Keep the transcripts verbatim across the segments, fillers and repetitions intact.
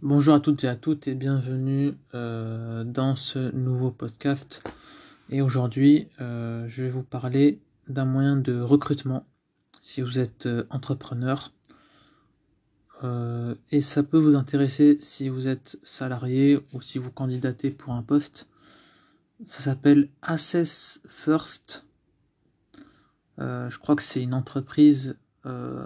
Bonjour à toutes et à toutes et bienvenue euh, dans ce nouveau podcast. Et aujourd'hui, euh, je vais vous parler d'un moyen de recrutement si vous êtes euh, entrepreneur. Euh, et ça peut vous intéresser si vous êtes salarié ou si vous candidatez pour un poste. Ça s'appelle Assess First. Euh, je crois que c'est une entreprise, euh,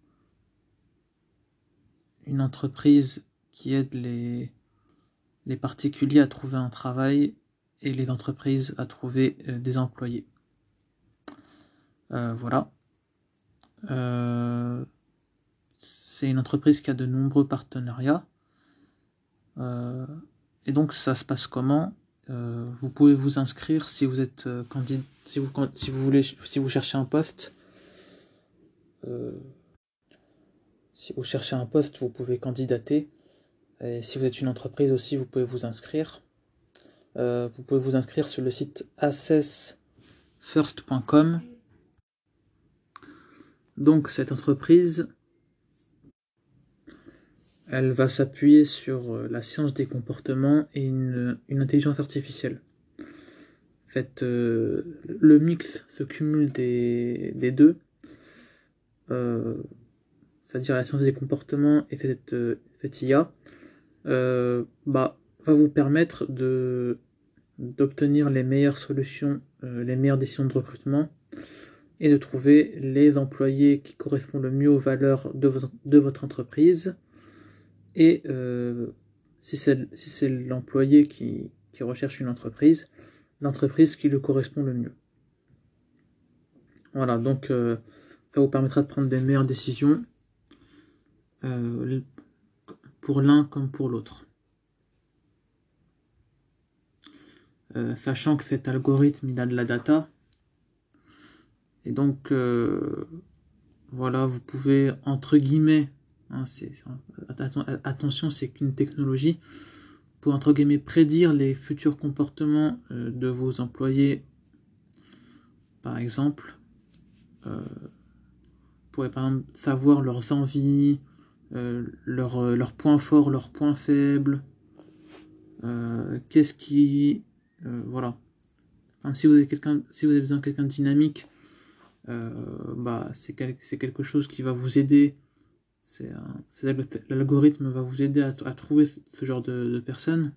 une entreprise qui aide les les particuliers à trouver un travail et les entreprises à trouver euh, des employés. Euh, voilà. Euh, c'est une entreprise qui a de nombreux partenariats. Euh, et donc ça se passe comment ? euh, Vous pouvez vous inscrire si vous êtes euh, candidat, si vous, si vous voulez, si vous cherchez un poste. Euh, si vous cherchez un poste, vous pouvez candidater. Et si vous êtes une entreprise aussi, vous pouvez vous inscrire. Euh, vous pouvez vous inscrire sur le site assess first point com. Donc cette entreprise, elle va s'appuyer sur la science des comportements et une, une intelligence artificielle. Cette, euh, le mix, ce cumul des, des deux, euh, c'est-à-dire la science des comportements et cette, euh, cette I A, euh, bah, va vous permettre de, d'obtenir les meilleures solutions, euh, les meilleures décisions de recrutement et de trouver les employés qui correspondent le mieux aux valeurs de votre, de votre entreprise. Et euh, si c'est si c'est l'employé qui, qui recherche une entreprise, l'entreprise qui lui correspond le mieux. Voilà, donc euh, ça vous permettra de prendre des meilleures décisions euh, pour l'un comme pour l'autre. Euh, sachant que cet algorithme, il a de la data. Et donc, euh, voilà, vous pouvez, entre guillemets, hein, c'est, c'est, attention, c'est qu'une technologie, pour, entre guillemets, prédire les futurs comportements euh, de vos employés. Par exemple, euh, vous pourrez par exemple savoir leurs envies, euh, leurs, euh, leurs points forts, leurs points faibles, euh, qu'est-ce qui... Euh, voilà. Enfin, si, vous avez quelqu'un, si vous avez besoin de quelqu'un de dynamique, euh, bah, c'est, quel, c'est quelque chose qui va vous aider. C'est, un, c'est l'algorithme va vous aider à, à trouver ce genre de, de personnes.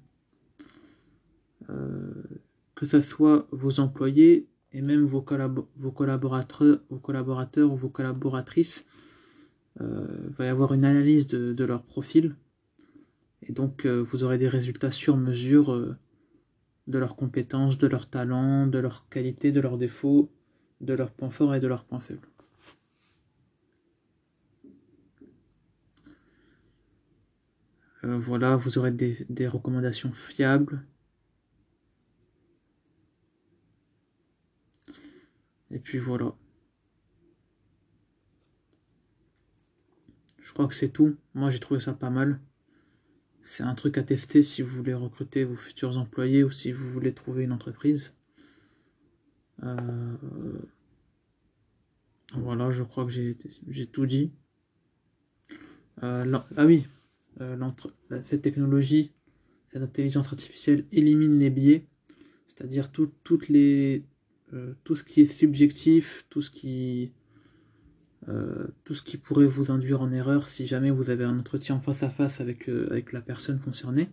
Euh, que ce soit vos employés et même vos, collab- vos collaborateurs, vos collaborateurs ou vos collaboratrices. Euh, il va y avoir une analyse de, de leur profil. Et donc, euh, vous aurez des résultats sur mesure euh, de leurs compétences, de leurs talents, de leurs qualités, de leurs défauts, de leurs points forts et de leurs points faibles. Euh, voilà, vous aurez des, des recommandations fiables. Et puis voilà. Je crois que c'est tout. Moi, j'ai trouvé ça pas mal. C'est un truc à tester si vous voulez recruter vos futurs employés ou si vous voulez trouver une entreprise. Euh, voilà, je crois que j'ai, j'ai tout dit. Euh, ah oui, euh, cette technologie, cette intelligence artificielle élimine les biais, c'est-à-dire tout, toutes les, euh, tout ce qui est subjectif, tout ce qui, euh, tout ce qui pourrait vous induire en erreur si jamais vous avez un entretien face à face avec, euh, avec la personne concernée.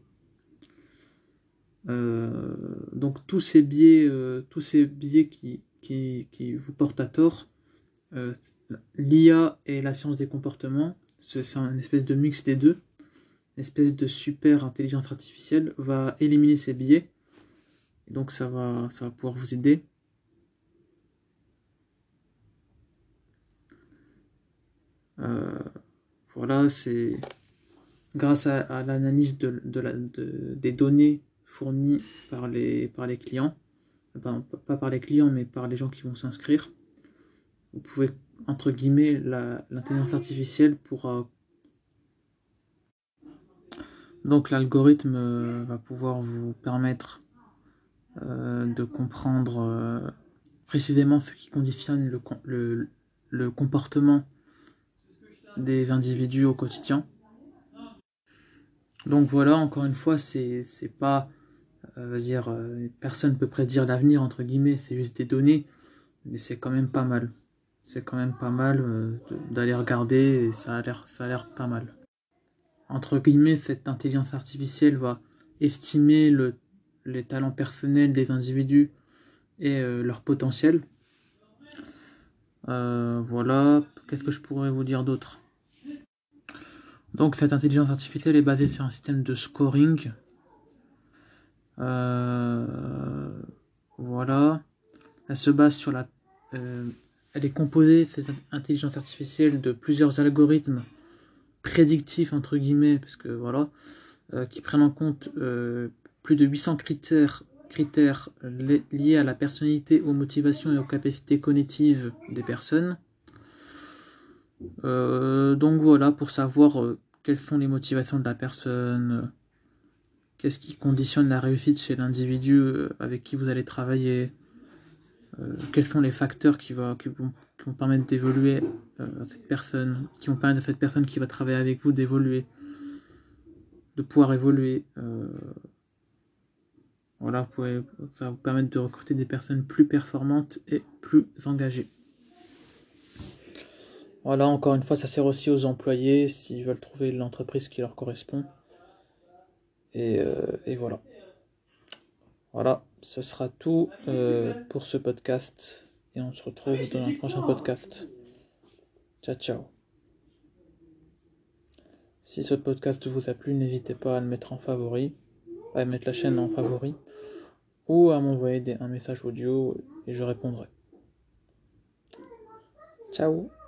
Euh, donc tous ces biais, euh, tous ces biais qui, qui, qui vous portent à tort, euh, l'I A et la science des comportements, c'est un espèce de mix des deux, une espèce de super intelligence artificielle va éliminer ces biais, et donc ça va, ça va pouvoir vous aider. Euh, voilà, c'est grâce à, à l'analyse de, de la, de, des données fournies par les, par les clients, Pardon, pas par les clients, mais par les gens qui vont s'inscrire. Vous pouvez, entre guillemets, la, l'intelligence artificielle pourra... Donc l'algorithme euh, va pouvoir vous permettre euh, de comprendre euh, précisément ce qui conditionne le, le, le comportement des individus au quotidien. Donc voilà, encore une fois, c'est c'est pas, euh, dire, euh, personne peut prédire l'avenir, entre guillemets, c'est juste des données, mais c'est quand même pas mal. C'est quand même pas mal euh, d'aller regarder, et ça a l'air ça a l'air pas mal. Entre guillemets, cette intelligence artificielle va estimer le, les talents personnels des individus et euh, leur potentiel. Euh, voilà, qu'est-ce que je pourrais vous dire d'autre? Donc cette intelligence artificielle est basée sur un système de scoring. Euh, voilà. Elle se base sur la... Euh, elle est composée, cette intelligence artificielle, de plusieurs algorithmes prédictifs, entre guillemets, parce que voilà, euh, qui prennent en compte euh, plus de huit cents critères, critères li- liés à la personnalité, aux motivations et aux capacités cognitives des personnes. Euh, donc voilà, pour savoir euh, quelles sont les motivations de la personne, euh, qu'est-ce qui conditionne la réussite chez l'individu euh, avec qui vous allez travailler, euh, quels sont les facteurs qui, va, qui, vont, qui vont permettre d'évoluer euh, à cette personne, qui vont permettre à cette personne qui va travailler avec vous d'évoluer, de pouvoir évoluer. Euh, voilà, vous pouvez, ça va vous permettre de recruter des personnes plus performantes et plus engagées. Voilà, encore une fois, ça sert aussi aux employés s'ils veulent trouver l'entreprise qui leur correspond. Et, euh, et voilà. Voilà, ce sera tout euh, pour ce podcast. Et on se retrouve dans un prochain podcast. Ciao, ciao. Si ce podcast vous a plu, n'hésitez pas à le mettre en favori, à mettre la chaîne en favori, ou à m'envoyer des, un message audio et je répondrai. Ciao.